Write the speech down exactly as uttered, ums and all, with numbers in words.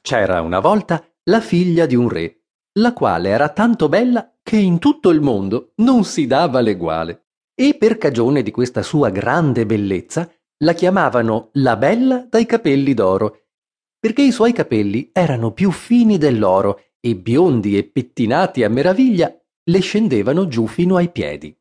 C'era una volta la figlia di un re, la quale era tanto bella che in tutto il mondo non si dava l'eguale. E per cagione di questa sua grande bellezza la chiamavano la bella dai capelli d'oro, perché i suoi capelli erano più fini dell'oro e biondi e pettinati a meraviglia le scendevano giù fino ai piedi.